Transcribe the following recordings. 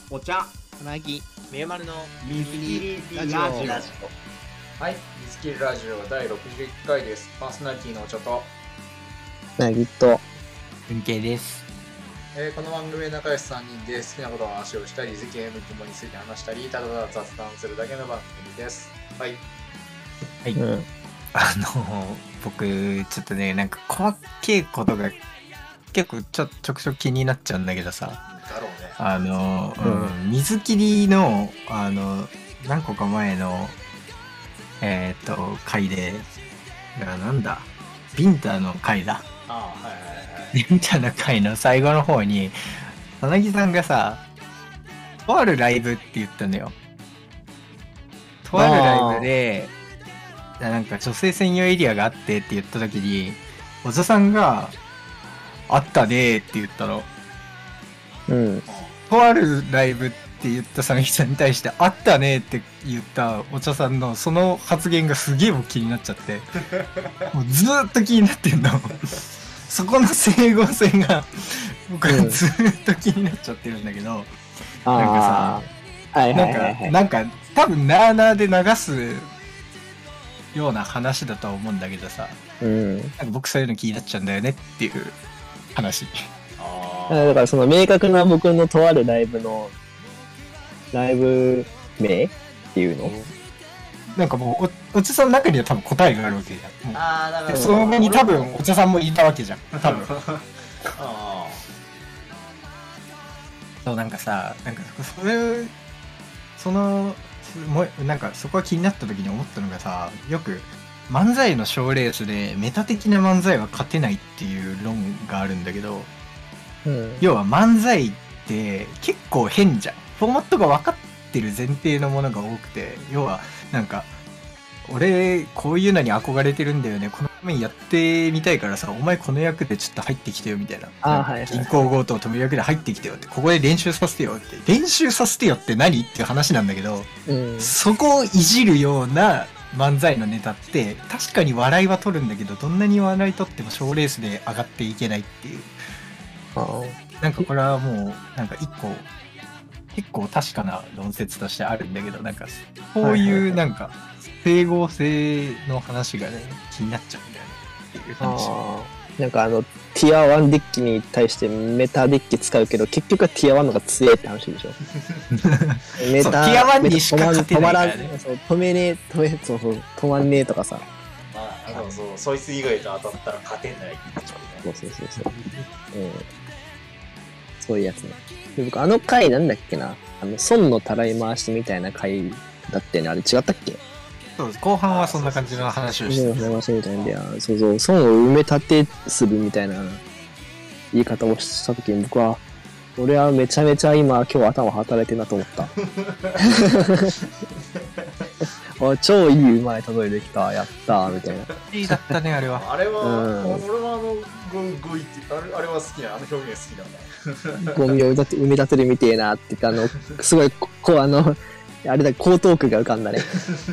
お茶つなぎみゆまるの水切りラジオ。 はい、 水切りラジオ第61回です。パーソナリティのお茶と、 つなぎと運慶です。 この番組で仲良し3人で好きなことの話をしたり、世間の疑問について話したり、ただただ雑談するだけの番組です。はい。 はい、 うん、 僕ちょっとね、なんか細けいことが結構ちょくちょく気になっちゃうんだけどさ、 だろうね。 水切りの何個か前の回で、なんだビンタの回だ。 ああ、はいはいはい。 ビンタの回の最後の方に田中さんがさ、とあるライブって言ったのよ。とあるライブでなんか女性専用エリアがあってって言った時に、おじさんがあったねーって言ったの。 うん。 とあるライブって言ったさみさんに対してあったねって言ったお茶さんのその発言がすげえもう気になっちゃってもうずーっと気になってんのそこの整合性が僕はずーっと気になっちゃってるんだけど、なんかさ、 はいはいはいはい、 なんか多分なーなーで流すような話だとは思うんだけどさ、なんか僕そういうの気になっちゃうんだよねっていう話。 だからその明確な僕のとあるライブのライブ名っていうの、 なんかもうお茶さんの中には多分答えがあるわけじゃん。 ああ、だからその上に多分お茶さんもいたわけじゃん多分あそう、なんかさ、なんかそのもなんかそこが気になった時に思ったのがさ、よく漫才の賞レースでメタ的な漫才は勝てないっていう論があるんだけど、要は漫才って結構変じゃん。フォーマットが分かってる前提のものが多くて、要はなんか俺こういうのに憧れてるんだよね、この面やってみたいからさ、お前この役でちょっと入ってきてよみたいな、銀行強盗を止める役で入ってきてよって、ここで練習させてよって、練習させてよって何っていう話なんだけど、そこをいじるような漫才のネタって確かに笑いは取るんだけど、どんなに笑い取っても賞レースで上がっていけないっていう、なんかこれはもうなんか結構確かな論説としてあるんだけど、なんかこういうなんか整合性の話がね気になっちゃうんだよねっていう話。 なんかティア1デッキに対してメタデッキ使うけど、結局はティア1のが強いって話でしょメタティア1にしか勝てないからね。 止まんねえとかさ、 そいつ以外と当たったら勝てない。 そういうやつね。で、僕回なんだっけな、損のたらい回しみたいな回だったよね。あれ違ったっけ？ そうです。後半はそんな感じの話をしてる。 みたいな、そう、損を埋め立てするみたいな言い方をしたときに、僕は俺はめちゃめちゃ今日頭働いてるなと思った超いい前例えできた、やったみたいな。 いいだったねあれは。 あれは、俺はゴイってあれは好きな、表現好きなんだ。 ゴミを埋め立てるみてえなって言って、すごいあれだ、江東区が浮かんだね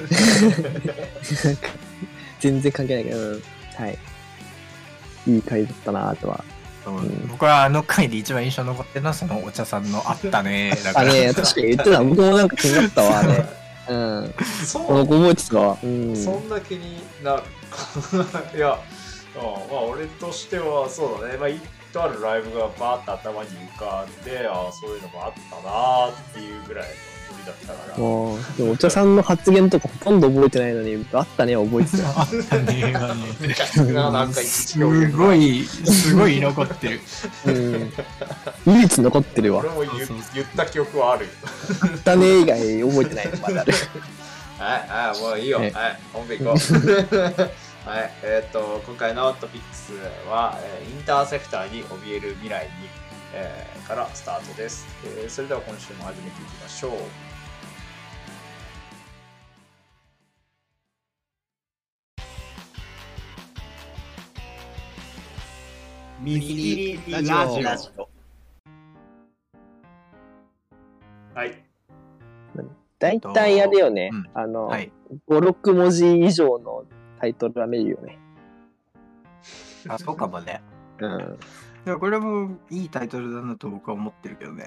全然関係ないけど、はい、いい回だったなとは。 僕は回で一番印象残ってるのはそのお茶さんのあったねだから。 確かに言ってた。僕もなんか気になったわね覚えてたわ。そんな気になるいや、まあ俺としてはそうだね、まあとあるライブがバーッと頭に浮かんで、そういうのもあったなーっていうぐらいのノリだったから。でもお茶さんの発言とかほとんど覚えてないのに、あったね覚えてた。 あったねはねなんかすごい残ってる唯一残ってるわ。 俺も言った記憶はある。 あったね以外覚えてないのまだあるはい、もういいよ。はい、本編行こう。はい、今回のトピックスは、インターセプターに怯える未来に、からスタートです。それでは今週も始めていきましょう。 水切りラジオ。 はい。 だいたいあれよね、 はい、 5、6文字以上のタイトルは見るよね。 そうかもね。いやこれもいいタイトルだなと僕は思ってるけどね。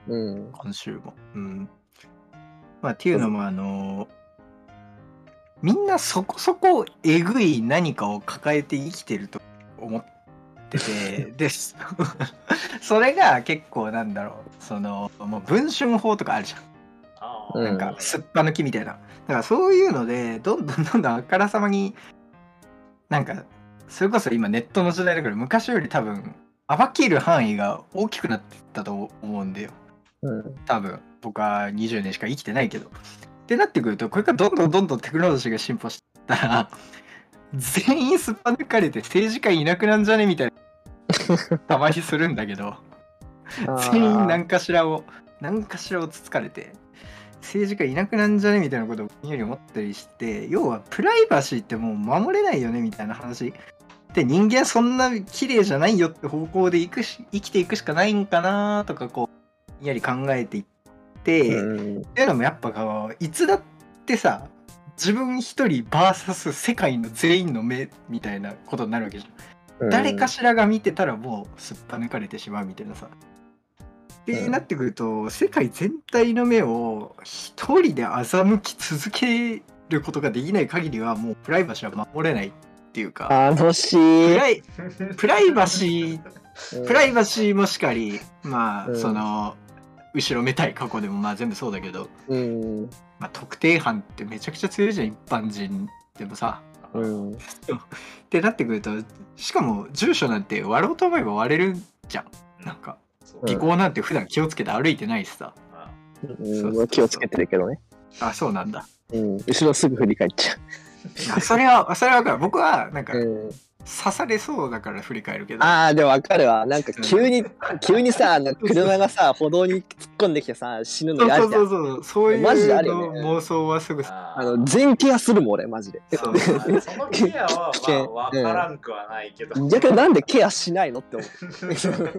今週も。まあっていうのもみんなそこそこえぐい何かを抱えて生きてると思っててでそれが結構なんだろうもう文春法とかあるじゃん。なんかすっぱ抜きみたいな。だからそういうのでどんどんあからさまになんかそれこそ今ネットの時代だから昔より多分暴ける範囲が大きくなってったと思うんだよ。多分僕は20年しか生きてないけど。ってなってくるとこれからどんどんテクノロジーが進歩したら全員すっぱ抜かれて政治家いなくなんじゃねみたいなたまにするんだけど全員何かしらをつつかれて政治家いなくなんじゃねみたいなことをぼんやり思ったりして、要はプライバシーってもう守れないよねみたいな話で、人間そんな綺麗じゃないよって方向で生きていくしかないんかなとかこうぼんやり考えていって、っていうのもやっぱいつだってさ自分一人 VS 世界の全員の目みたいなことになるわけじゃん。誰かしらが見てたらもうすっぱ抜かれてしまうみたいなさ。ってなってくると世界全体の目を一人で欺き続けることができない限りはもうプライバシーは守れないっていうか。 楽しい。 プライバシーもしかり、まあ後ろめたい過去でもまあ全部そうだけど、まあ、特定班ってめちゃくちゃ強いじゃん一般人でもさ。ってなってくるとしかも住所なんて割ろうと思えば割れるじゃん。なんか尾行なんて普段気をつけて歩いてないしさ。 気をつけてるけどね。 あ、そうなんだ。 後ろすぐ振り返っちゃう。それは分かる。僕はなんか刺されそうだから振り返るけど。 でも分かるわ。なんか急にさ車がさ歩道に突っ込んできてさ死ぬの嫌じゃん。 そういうマジであるよね。 妄想はすぐ全ケアするもん俺マジで。 そのケアはまあ分からんくはないけど。 逆になんでケアしないのって思う。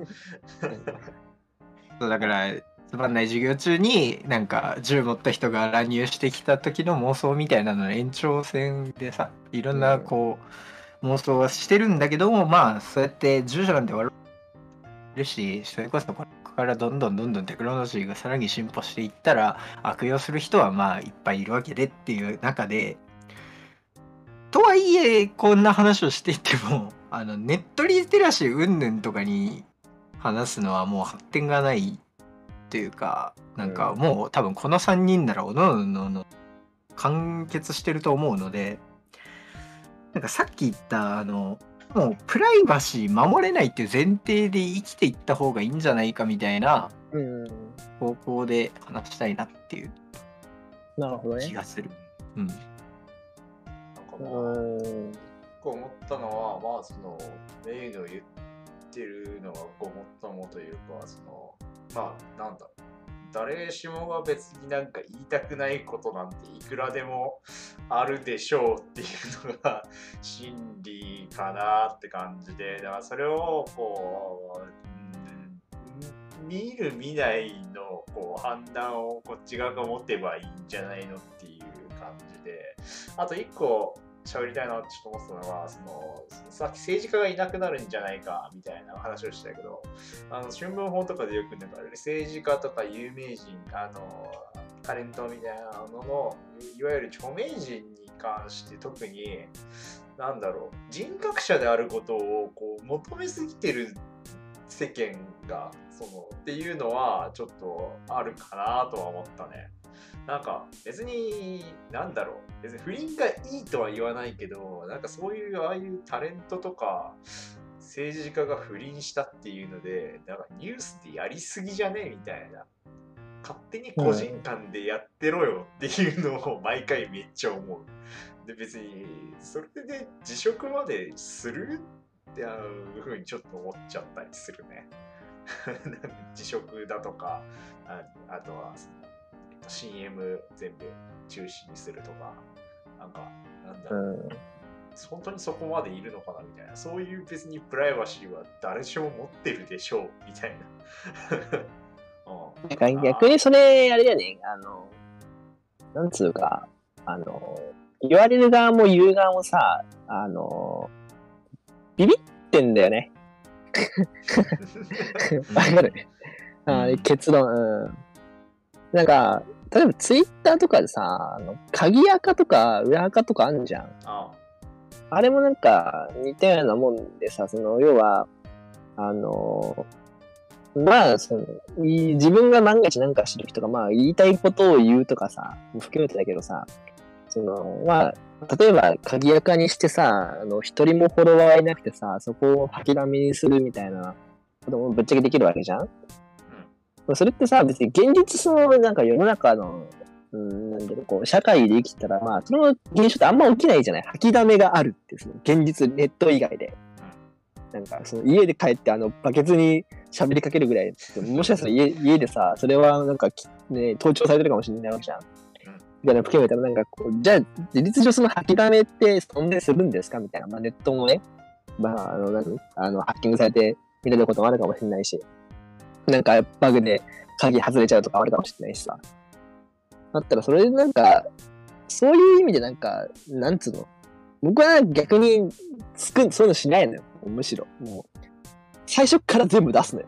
そうだからつまんない授業中になんか銃持った人が乱入してきた時の妄想みたいなのの延長線でさ、いろんなこう妄想はしてるんだけども、まあそうやって住所なんて悪いし、それこそここからどんどんテクノロジーがさらに進歩していったら悪用する人はまあいっぱいいるわけでっていう中で、とはいえこんな話をしていってもネットリテラシー云々とかに話すのはもう発展がないというか、なんかもう多分この3人ならおのおの完結してると思うので、なんかさっき言ったもうプライバシー守れないっていう前提で生きていった方がいいんじゃないかみたいな方向で話したいなっていう気がする。なんか思ったのは、まあそのメイの言ってるのがごもっともというか、まあなんだ、誰しもが別になんか言いたくないことなんていくらでもあるでしょうっていうのが真理かなって感じで、だからそれをこう見る見ないのこう判断をこっち側が持てばいいんじゃないのっていう感じで、あと一個喋りたいなってちょっと思ってたのが、さっき政治家がいなくなるんじゃないかみたいな話をしたけど、春分法とかでよくなんか政治家とか有名人、タレントみたいなののいわゆる著名人に関して特になんだろう、人格者であることをこう求めすぎてる世間がっていうのはちょっとあるかなとは思ったね。なんか別になんだろう、別に不倫がいいとは言わないけど、なんかそういうああいうタレントとか政治家が不倫したっていうので、なんかニュースでやりすぎじゃねみたいな、勝手に個人間でやってろよっていうのを毎回めっちゃ思う。で別にそれで辞職までするっていう風にちょっと思っちゃったりするね。辞職だとか、あとはCM 全部中止にするとか、なんだろう、本当にそこまでいるのかなみたいな、そういう別にプライバシーは誰しも持ってるでしょうみたいな。なんか逆にそれあれだよね、なんつうか言われる側も言う側もさ、ビビってんだよね。わかる？ 結論、なんか、例えばツイッターとかでさ、鍵垢とか裏垢とかあんじゃん。あれもなんか似たようなもんでさ、要は、まあ、自分が万が一なんかしてる人が、まあ、言いたいことを言うとかさ、含めてだけどさ、まあ、例えば、鍵垢にしてさ、一人もフォロワーいなくてさ、そこを吐きだめにするみたいなこともぶっちゃけできるわけじゃん。それってさ、別に現実なんか世の中の、なんだろう、こう、社会で生きたら、まあ、その現象ってあんま起きないじゃない。吐きだめがあるって、現実、ネット以外で。なんか、家で帰って、バケツに喋りかけるぐらい、もしかしたら家でさ、それはなんか、ね、盗聴されてるかもしれないわけじゃん。みたいな含めたら、なんかこう、じゃあ、事実上その吐きだめって存在するんですかみたいな。まあ、ネットもね、まあ、ハッキングされて見れることもあるかもしれないし、なんか、バグで鍵外れちゃうとかあるかもしれないしさ。だったら、それでなんか、そういう意味でなんか、なんつうの。僕は逆に、そういうのしないのよ。むしろ。もう、最初から全部出すのよ。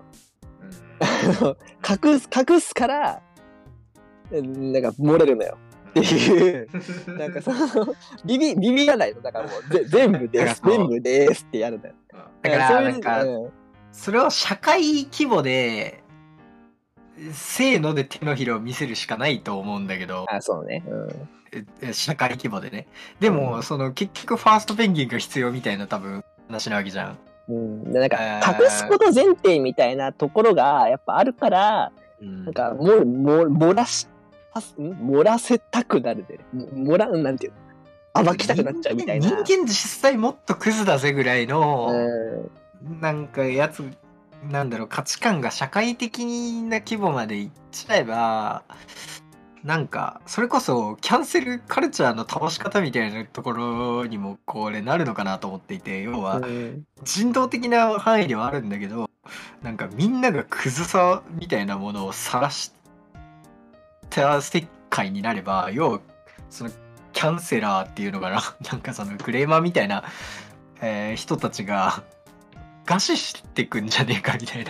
隠すから、なんか漏れるのよ。っていう、なんかビビらないの。だからもう、全部ですってやるんだよ。 だからなんか、それを社会規模で、せーので手のひらを見せるしかないと思うんだけど。 そうね。 社会規模でね。でも、結局ファーストペンギンが必要みたいな多分話なわけじゃん。 なんか、隠すこと前提みたいなところがやっぱあるから、なんか、漏らせたくなるで、なんていうの、暴きたくなっちゃうみたいな。 人間実際もっとクズだぜぐらいの、なんかやつ、なんだろう、価値観が社会的な規模までいっちゃえば、なんか、それこそキャンセルカルチャーの倒し方みたいなところにもこれなるのかなと思っていて、要は、人道的な範囲ではあるんだけど、なんかみんながクズさみたいなものを晒した世界になれば、要は、そのキャンセラーっていうのかな、なんかそのクレーマーみたいな、人たちが、餓死してくんじゃねえかみたいな。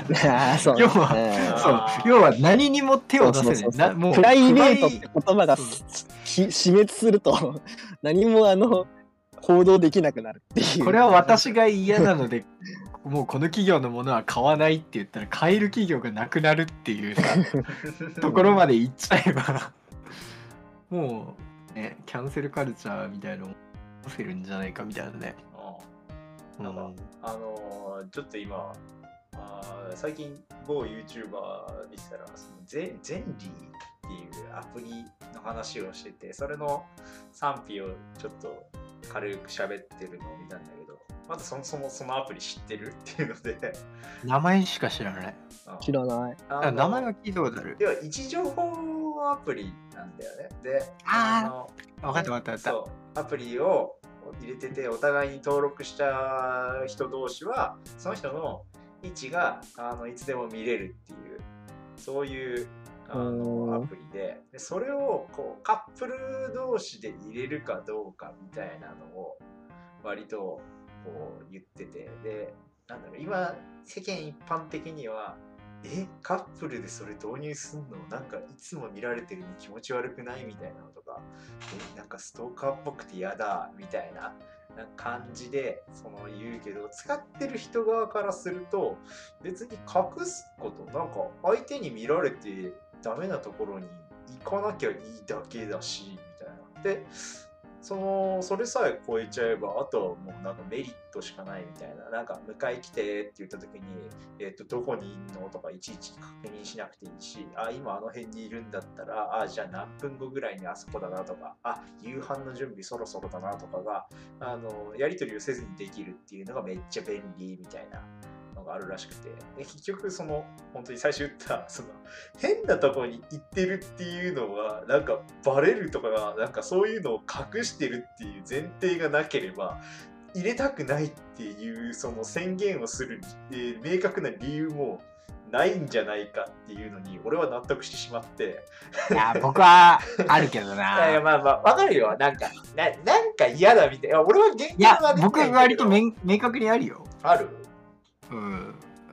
要は何にも手を出せない。 プライベートって言葉が死滅すると何も報道できなくなるっていう。 これは私が嫌なのでもうこの企業のものは買わないって言ったら買える企業がなくなるっていうさところまで行っちゃえばもうねキャンセルカルチャーみたいなのを出せるんじゃないかみたいなね。 なんかちょっと今最近某 YouTuber 見てたらゼンリーっていうアプリの話をしてて、それの賛否をちょっと軽く喋ってるのを見たんだけど、まずそのアプリ知ってるっていうので名前しか知らない。 知らない。 名前は聞いたことある。 では位置情報アプリなんだよね。で、 分かった。 そう、アプリを入れてて、お互いに登録した人同士はその人の位置がいつでも見れるっていうそういうアプリで、それをこうカップル同士で入れるかどうかみたいなのを割とこう言ってて、でなんだろう、今世間一般的にはカップルでそれ導入すんのなんかいつも見られてるの気持ち悪くないみたいなのとか、なんかストーカーっぽくて嫌だみたいな感じで言うけど、使ってる人側からすると別に隠すことなんか相手に見られてダメなところに行かなきゃいいだけだしみたいな。でそれさえ超えちゃえばあとはもうなんかメリットしかないみたいな。なんか迎え来てって言った時にどこにいんのとかいちいち確認しなくていいし、今あの辺にいるんだったらじゃあ何分後ぐらいにあそこだなとか、夕飯の準備そろそろだなとかがやり取りをせずにできるっていうのがめっちゃ便利みたいなのがあるらしくて、で結局本当に最初言った変なところに行ってるっていうのはなんかバレるとかがなんかそういうのを隠してるっていう前提がなければ入れたくないっていう宣言をする、明確な理由もないんじゃないかっていうのに俺は納得してしまって。 いや僕はあるけどな。 いやまあわかるよ。なんか嫌だみたいな。俺はいや僕割と明確にあるよ。 ある？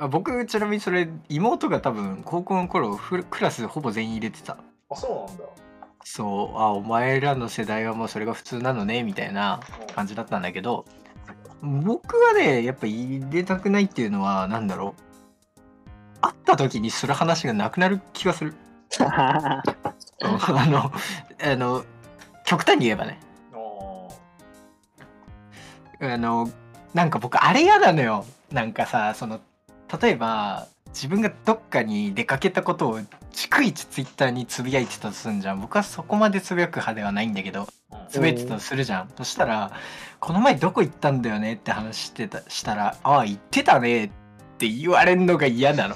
僕ちなみにそれ妹が多分高校の頃クラスほぼ全員入れてた。 あ、そうなんだ。 そう、お前らの世代はもうそれが普通なのねみたいな感じだったんだけど、僕はねやっぱ入れたくないっていうのはなんだろう、会った時にする話がなくなる気がする。極端に言えばね、なんか僕あれ嫌なのよ。なんかさ、例えば自分がどっかに出かけたことを逐一ツイッターにつぶやいてたとするんじゃん。僕はそこまでつぶやく派ではないんだけど、つぶやいてたとするじゃん。そしたらこの前どこ行ったんだよねって話したら、ああ行ってたねって言われるのが嫌なの。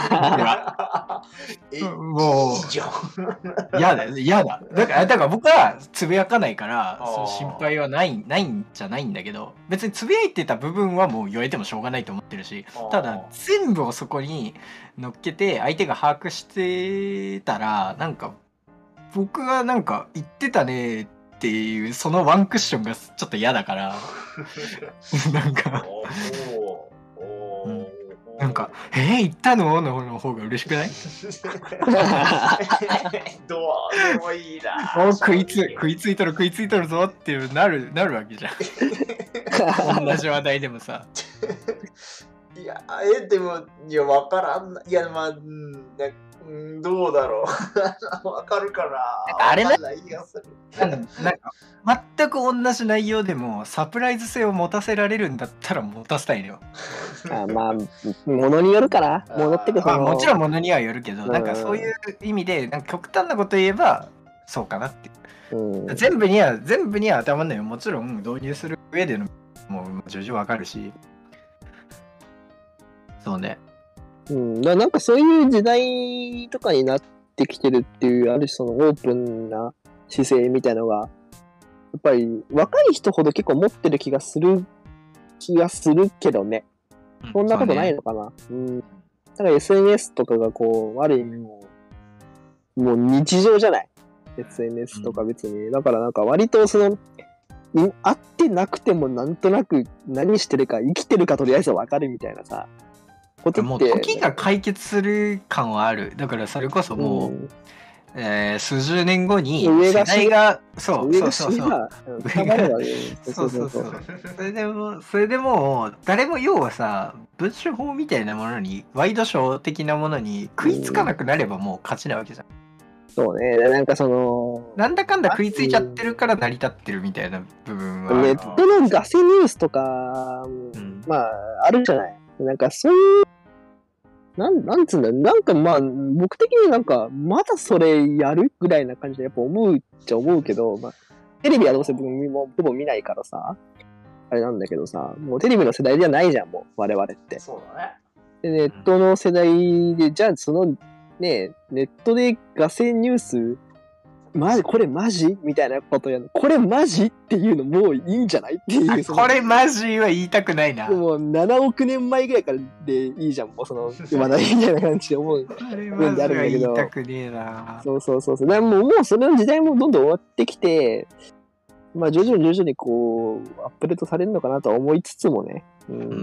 もう嫌だ。だから僕はつぶやかないからその心配はないんじゃないんだけど、別につぶやいてた部分はもう言われてもしょうがないと思ってるし、ただ全部をそこに乗っけて相手が把握してたら、なんか僕はなんか言ってたねっていうそのワンクッションがちょっと嫌だからなんかなんか行ったのの方が嬉しくない？ どうでもいいな。 食いついとるぞっていうなるわけじゃん。同じ話題でもさ。 いや、でも、いや、わからん。いや、まあ、どうだろう。わかるかな。 あれだ。 ない気がする。 なんか全く同じ内容でもサプライズ性を持たせられるんだったら持たせたいのよ。 まあ物によるから戻ってくる。 もちろん物にはよるけど、なんかそういう意味でなんか極端なこと言えばそうかなっていう。全部には当てはまんないよ。もちろん導入する上でのもう徐々わかるし。そうね。 なんかそういう時代とかになってきてるっていう、ある種そのオープンな姿勢みたいなのが、やっぱり若い人ほど結構持ってる気がするけどね。そんなことないのかな。だから SNS とかがこう、ある意味もう日常じゃない。SNS とか別に。だからなんか割と会ってなくてもなんとなく何してるか、生きてるかとりあえずわかるみたいなさ。 もう時が解決する感はある。だからそれこそもう、数十年後に世代がそれでも誰も要はさ、文春法みたいなものにワイドショー的なものに食いつかなくなればもう勝ちなわけじゃん。 そうね。なんかなんだかんだ食いついちゃってるから成り立ってるみたいな部分はネットのガセニュースとか、まああるじゃない。なんかそういうなんつうんだ、なんかまあ僕的になんかまだそれやるぐらいな感じでやっぱ思うっちゃ思うけど、まあテレビはどうせ僕もほぼ見ないからさ、あれなんだけどさ、もうテレビの世代じゃないじゃん、もう我々って。 そうだね。 でネットの世代で、じゃあそのね、ネットでガセニュースこれマジみたいなことやる。これマジっていうのもういいんじゃないっていう。 これマジは言いたくないな。 もう7億年前ぐらいからでいいじゃん。もう今だみたいな感じで思う。これマジは言いたくねえな。 そう。でもうそれの時代もどんどん終わってきて、まあ徐々にこうアップデートされるのかなとは思いつつもね。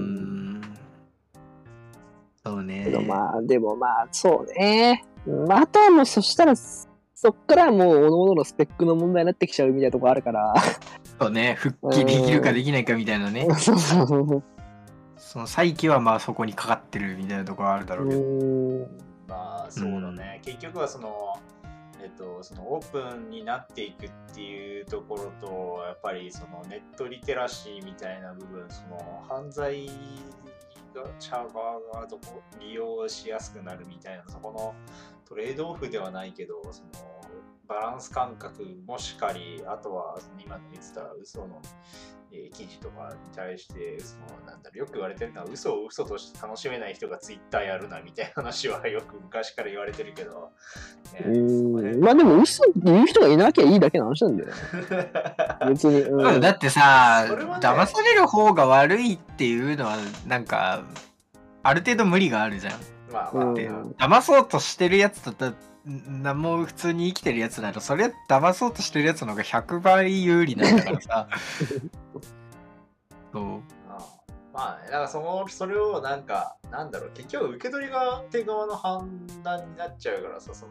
そうね。 でもそうね。あとはもうそしたらそっからもう各々のスペックの問題になってきちゃうみたいなとこあるから。 そうね、復帰できるかできないかみたいなね。その再起はまあそこにかかってるみたいなところあるだろうけど。 まあそうだね。結局はそのオープンになっていくっていうところと、やっぱりそのネットリテラシーみたいな部分、その犯罪者側が利用しやすくなるみたいな、そこのトレードオフではないけど、そのバランス感覚もしかり、あとは今言ってた嘘の、記事とかに対してよく言われてるのは、嘘を嘘として楽しめない人がツイッターやるなみたいな話はよく昔から言われてるけど、 まあでも嘘言う人がいなきゃいいだけの話なんだよね。別に、 だってさ、騙される方が悪いっていうのはなんかある程度無理があるじゃん。騙そうとしてるやつともう普通に生きてるやつなら、それは騙そうとしてるやつの方が100倍有利なんだからさ。そう。 まあ、なんかそれをなんか、なんだろう、結局受け取り側手側の判断になっちゃうからさ、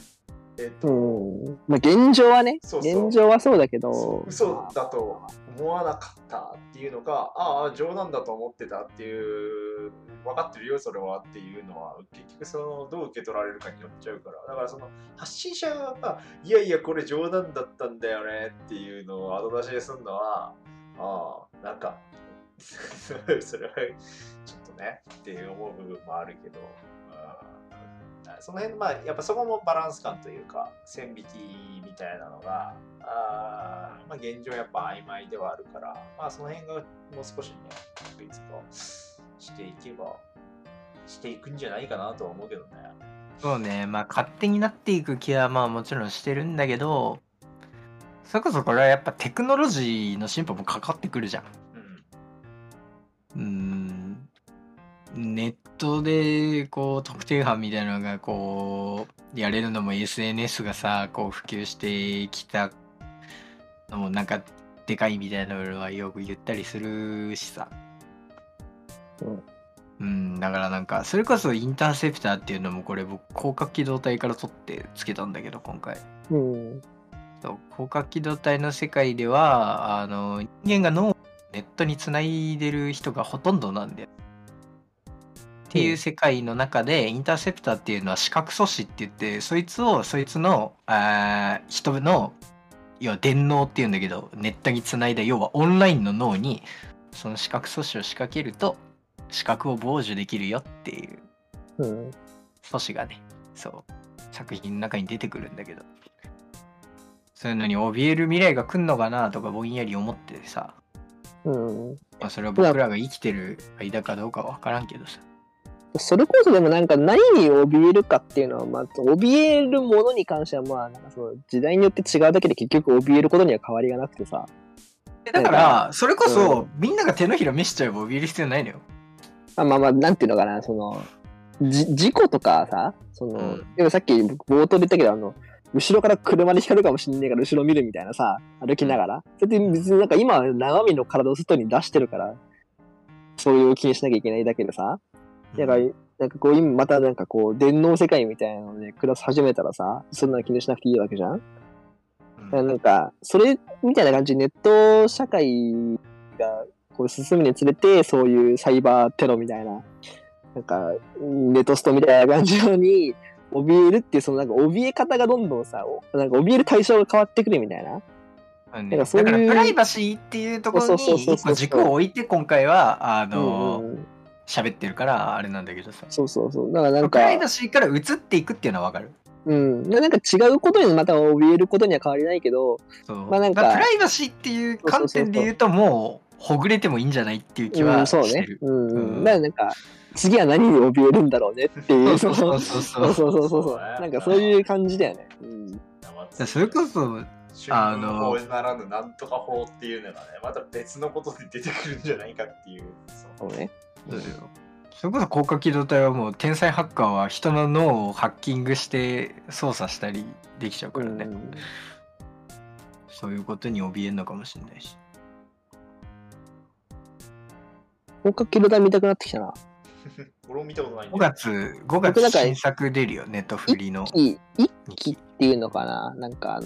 まあ現状はね、 そうそう現状はそうだけど、 嘘だと思わなかったっていうのか、ああ、冗談だと思ってたっていう、分かってるよ、それはっていうのは、結局どう受け取られるかによっちゃうから、だから発信者が、いやいや、これ冗談だったんだよねっていうのを後出しするのは、なんか、それはちょっとねって思う部分もあるけど、その辺、まあ、やっぱそこもバランス感というか、線引きみたいなのが、まあ、現状やっぱ曖昧ではあるから、まあ、その辺がもう少しね、確立化していくんじゃないかなとは思うけどね。 そうね、まあ勝手になっていく気はまあもちろんしてるんだけど、それこそこれはやっぱテクノロジーの進歩もかかってくるじゃん。ネットでこう特定班みたいなのがこうやれるのも SNS がさこう普及してきたのもなんかでかいみたいなのはよく言ったりするしさ。だからなんかそれこそインターセプターっていうのもこれ僕広角機動隊から取ってつけたんだけど今回。そう広角機動隊の世界では人間が脳をネットにつないでる人がほとんどなんだよ。っていう世界の中でインターセプターっていうのは視覚素子って言ってそいつの人の要は電脳っていうんだけどネットにつないだ要はオンラインの脳にその視覚素子を仕掛けると視覚を傍受できるよっていう素子がねそう作品の中に出てくるんだけどそういうのに怯える未来が来んのかなとかぼんやり思ってさ、まあ、それは僕らが生きてる間かどうかは分からんけどさそれこそでもなんか何に怯えるかっていうのはまあ怯えるものに関してはまあなんかその時代によって違うだけで結局怯えることには変わりがなくてさだからそれこそみんなが手のひら見しちゃえば怯える必要ないのよ。 まあなんていうのかな事故とかさでもさっき僕冒頭で言ったけど後ろから車で光るかもしんねえから後ろ見るみたいなさ歩きながらそれで別になんか今は生身の体を外に出してるからそういう気にしなきゃいけないだけでさだからなんかこう今またなんかこう電脳世界みたいなので暮らし始めたらさそんなの気にしなくていいわけじゃん。なんかそれみたいな感じでネット社会がこう進むにつれてそういうサイバーテロみたいななんかネトストみたいな感じのに怯えるっていうなんか怯え方がどんどんさなんか怯える対象が変わってくるみたいな。 だからプライバシーっていうところに一個軸を置いて今回は喋ってるからあれなんだけどさ。 だからなんかプライバシーから移っていくっていうのはわかる。 なんか違うことにまた怯えることには変わりないけど、 まあなんかプライバシーっていう観点で言うともうほぐれてもいいんじゃないっていう気はしてる。 なんか次は何に怯えるんだろうねっていう。そう。なんかそういう感じだよね。 それこそ春分法ならぬなんとか法っていうのがね、また別のことで出てくるんじゃないかっていう。 そうね。 それこそ広角機動隊はもう天才ハッカーは人の脳をハッキングして操作したりできちゃうからね。そういうことに怯えるのかもしれないし。 広角機動隊見たくなってきたな。 俺も見たことないん 5月新作出るよ、ネットフリの。 一期っていうのかななんか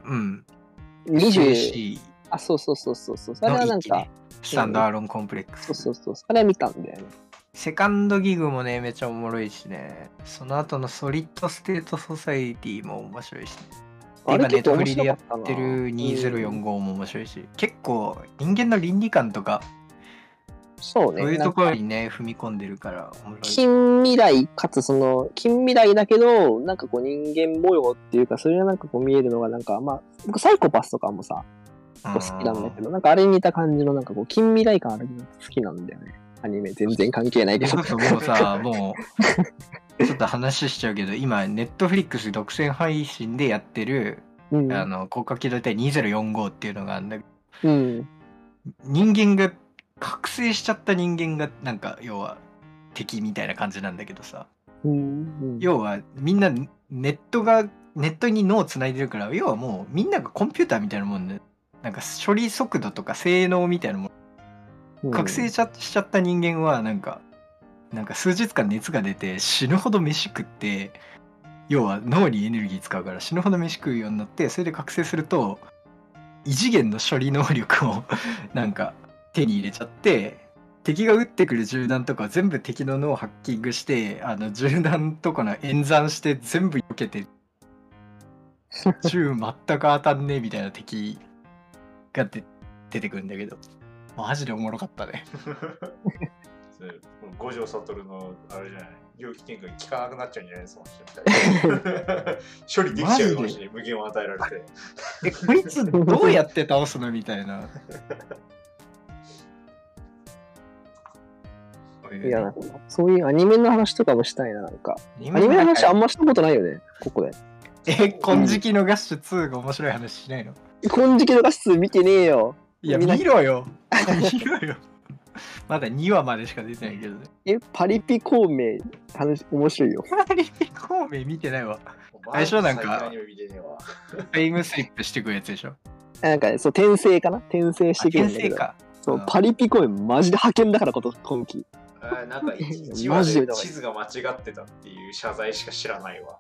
20 そう。あれはなんか、 スタンドアロンコンプレックス。 そう。あれは見たんだよね。 セカンドギグもね、めっちゃおもろいしね。その後のソリッドステートソサイティも面白いしね。今ネットフリでやってる2045も面白いし、結構人間の倫理観とか、 そうね。 そういうところにね、踏み込んでるから面白い。 近未来かつ近未来だけど、なんかこう人間模様っていうか、それがなんかこう見えるのがなんか、まあ、僕サイコパスとかもさ、好きなんだけど、なんかあれに似た感じのなんかこう近未来感あるの好きなんだよね。アニメ全然関係ないけど。 もうさ、もう、ちょっと話しちゃうけど、今、ネットフリックス独占配信でやってる、広角機動隊2045っていうのがあるんだけど、人間が、覚醒しちゃった人間が、なんか、要は、敵みたいな感じなんだけどさ、要は、みんな、ネットに脳をつないでるから、要はもう、みんながコンピューターみたいなもんで、なんか、処理速度とか性能みたいなもの、 覚醒しちゃった人間はなんか数日間熱が出て死ぬほど飯食って、要は脳にエネルギー使うから死ぬほど飯食うようになって、それで覚醒すると異次元の処理能力をなんか手に入れちゃって、敵が撃ってくる銃弾とか全部敵の脳をハッキングして、銃弾とかの演算して全部避けて銃全く当たんねえみたいな敵が出てくるんだけど、マジでおもろかったね。 五条悟のあれじゃない、猟奇喧嘩が効かなくなっちゃうんじゃないですか。処理できちゃうかもしれない、無限を与えられて。 こいつどうやって倒すのみたいな。 いや、なんかそういうアニメの話とかもしたいな、なんか。アニメの話あんましたことないよね、ここで。 金色のガッシュ2が面白い話しないの？ 金色のガッシュ2見てねえよ。 いや、見ろよ。見ろよ。まだ2話までしか出てないけどね。 パリピ孔明、話面白いよ。 パリピ孔明見てないわ。最初なんか、タイムスリップしてくるやつでしょ。 なんか、そう、転生かな、転生してくるんだけど。そう、パリピ孔明マジで派遣だから、今期。 なんか1話で地図が間違ってたっていう謝罪しか知らないわ。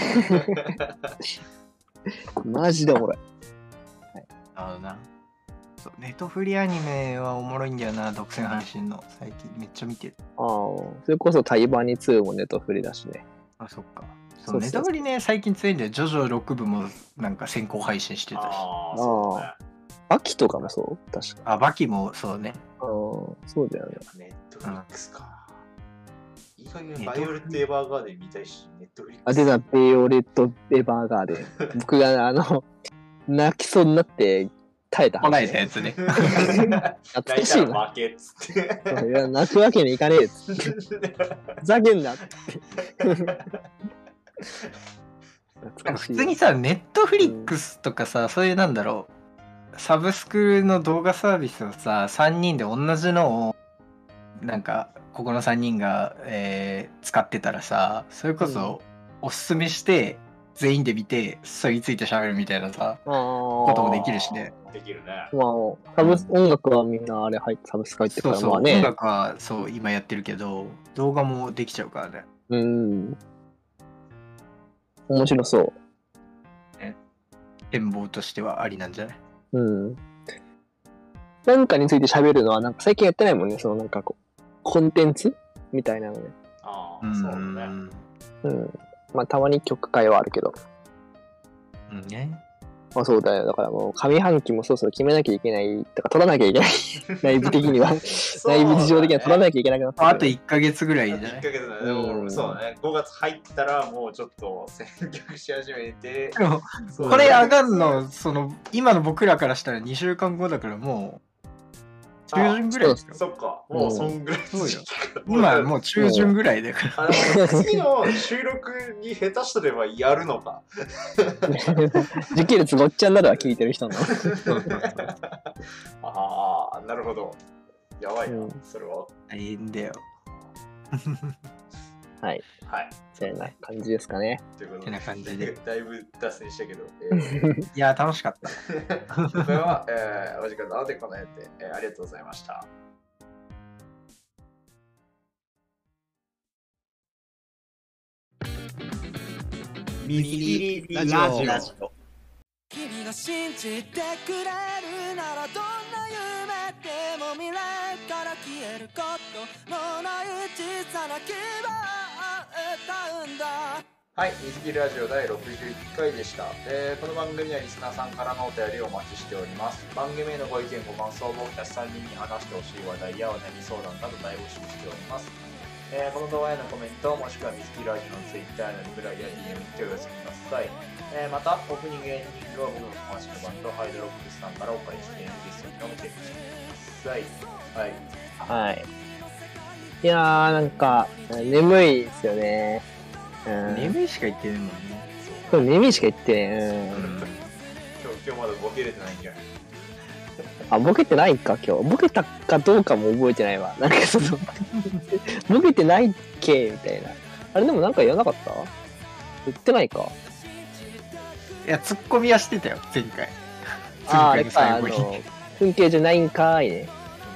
マジでおもろい。 な。ネトフリアニメはおもろいんだよな、独占配信の。最近めっちゃ見てる。 それこそタイバニ2もネトフリだしね。 あ、そっか。そうネトフリね、最近強いんだよ。ジョジョ6部もなんか先行配信してたし。 バキとかもそう確か。 バキもそうね。 そうだよね。 ネットフリックスか。いい加減バイオレット・エヴァーガーデン見たいし、ネットフリックス。 出た、バイオレット・エヴァーガーデン。僕が泣きそうになって耐えた。 こらえたやつね。 懐かしいな。 負けっつって。 いや、泣くわけにいかねえっつって。ふざけんなって。 普通にさ、ネットフリックスとかさ、そういうなんだろう。サブスクの動画サービスをさ、3人で同じのをなんかここの3人が、使ってたらさ、それこそおすすめして全員で見てそれについて喋るみたいなさ、こともできるしね。 できるね。 音楽はみんなあれサブスク入ってるから、 そうそう、 まあね。 音楽はそう今やってるけど動画もできちゃうからね。 面白そう。 ね、展望としてはありなんじゃない？ なんかについて喋るのはなんか最近やってないもんね。そのなんかコンテンツみたいなのね。 そうね。 まあたまに曲会はあるけど。 ね。 まあそうだよ。だからもう上半期もそろそろ決めなきゃいけないとか取らなきゃいけない。内部的には内部事情的には取らなきゃいけなくなって、 あと1ヶ月ぐらいじゃない？ 1ヶ月だね。でもそうだね。5月入ったらもうちょっと選曲し始めて。 これ上がるの今の僕らからしたら2週間後だからもう中旬ぐらいですか？ そっか。もうそんぐらい。 そうよ。今もう中旬ぐらいだから。 次の収録に下手したればやるのか。 時系列ごっちゃになるわ、聞いてる人の。 なるほど。やばいな、それは。 大変だよ。 はい。そんな感じですかね。 ということでな感じで。 だいぶ脱線したけど。 いや、楽しかった。 今回は、お時間なのでこの辺で、ありがとうございました。 見切りラジオ。 君が信じてくれるならどんな夢でも未来から消えることのない小さな希望を歌うんだ。 はい、水切りラジオ第61回でした。この番組はリスナーさんからのお便りをお待ちしております。番組へのご意見ご感想、僕たち3人に話してほしい話題やお悩み相談など大募集しております。この動画へのコメントもしくは水切りラジオの Twitter のリプライや DM に手を寄せてください。またオープニングエンディングは僕の友達のバンドハイドロックスさんからお借りしているゲストにもチェックしてください。 いやーなんか眠いですよね。 眠いしか言ってないもんね。 そう眠いしか言ってね。 今日まだボケれてないんじゃない？ ボケてないか今日。ボケたかどうかも覚えてないわ。なんかボケてないっけみたいな。あれでもなんか言わなかった？言ってないか。 いやツッコミはしてたよ前回。 あれか風景じゃないんかーいね。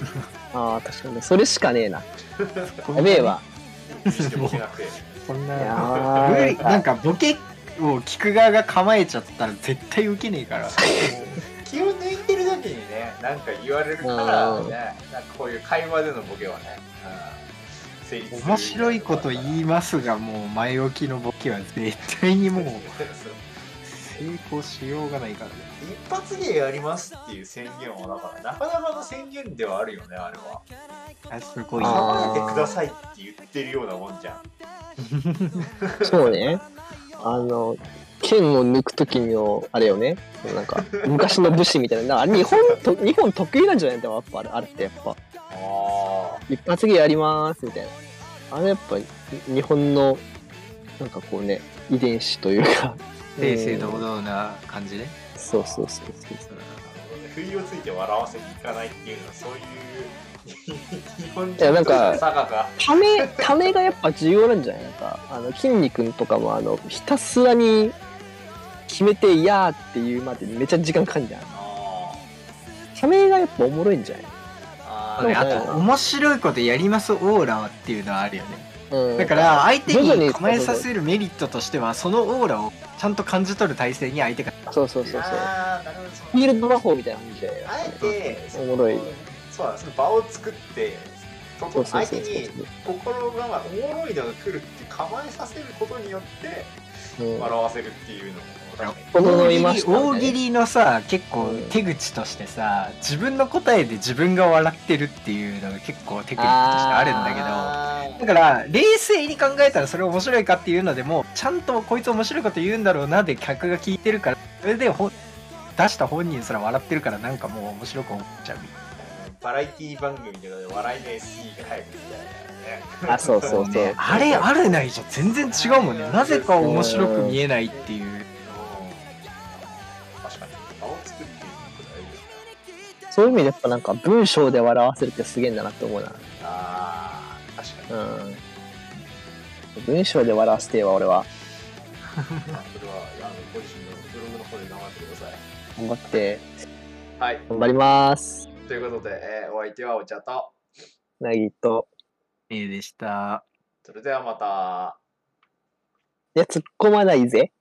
ああ、確かに。それしかねえな。やべえわ。 してボケなくて。 そんいやな、 ー無理なんかボケを聞く側が構えちゃったら絶対受けねえから。 気を抜いてる時にね、なんか言われるからね、なんかこういう会話でのボケはね、成立する。 面白いこと言いますが、もう前置きのボケは絶対にもう成功しようがないからね。 一発芸やりますっていう宣言はだからなかなかの宣言ではあるよね、あれは。 あ、すごい。 構えてくださいって言ってるようなもんじゃん。 そうね。剣を抜くときの、あれよね。なんか、昔の武士みたいな。あれ日本得意なんじゃないでもやっぱあれってやっぱ。一発芸やりまーすみたいな。あれやっぱ日本の、なんかこうね、遺伝子というか。 正々堂々な感じで。 そうそう。 不意をついて笑わせにいかないっていうのはそういう日本いやなんか差がためがやっぱ重要なんじゃない？なんか筋肉とかもひたすらに決めて「いやー」っていうまでにめっちゃ時間かかるじゃん。ためがやっぱおもろいんじゃない？ あと面白いことやりますオーラっていうのはあるよね。 うん、 だから相手に構えさせるメリットとしてはそのオーラをちゃんと感じ取る体制に相手が。 そう。フィールド魔法みたいな感じで。 あえておもろい。 そうなんです。場を作って相手に心がおもろいのが来るって構えさせることによって笑わせるっていうのも大喜利のさ結構手口としてさ、自分の答えで自分が笑ってるっていうのが結構テクニックとしてあるんだけど、だから冷静に考えたらそれ面白いかっていうのでもちゃんとこいつ面白いこと言うんだろうなで客が聞いてるから、それで出した本人すら笑ってるからなんかもう面白く思っちゃう。 バラエティ番組とかで笑いの SE が入るみたいなね。 あ、そう。 あれあるないじゃ全然違うもんね。なぜか面白く見えないっていう。 確かに場を作っていくことがいいですね。 そういう意味でやっぱなんか文章で笑わせるってすげえんだなって思うな。 確かに。 文章で笑わせては俺は。 それはご自身のブログの方で頑張ってください。 頑張って。 はい。 頑張ります。 ということで、お相手はお茶となぎと。 でした。 それではまた。 いや、突っ込まないぜ。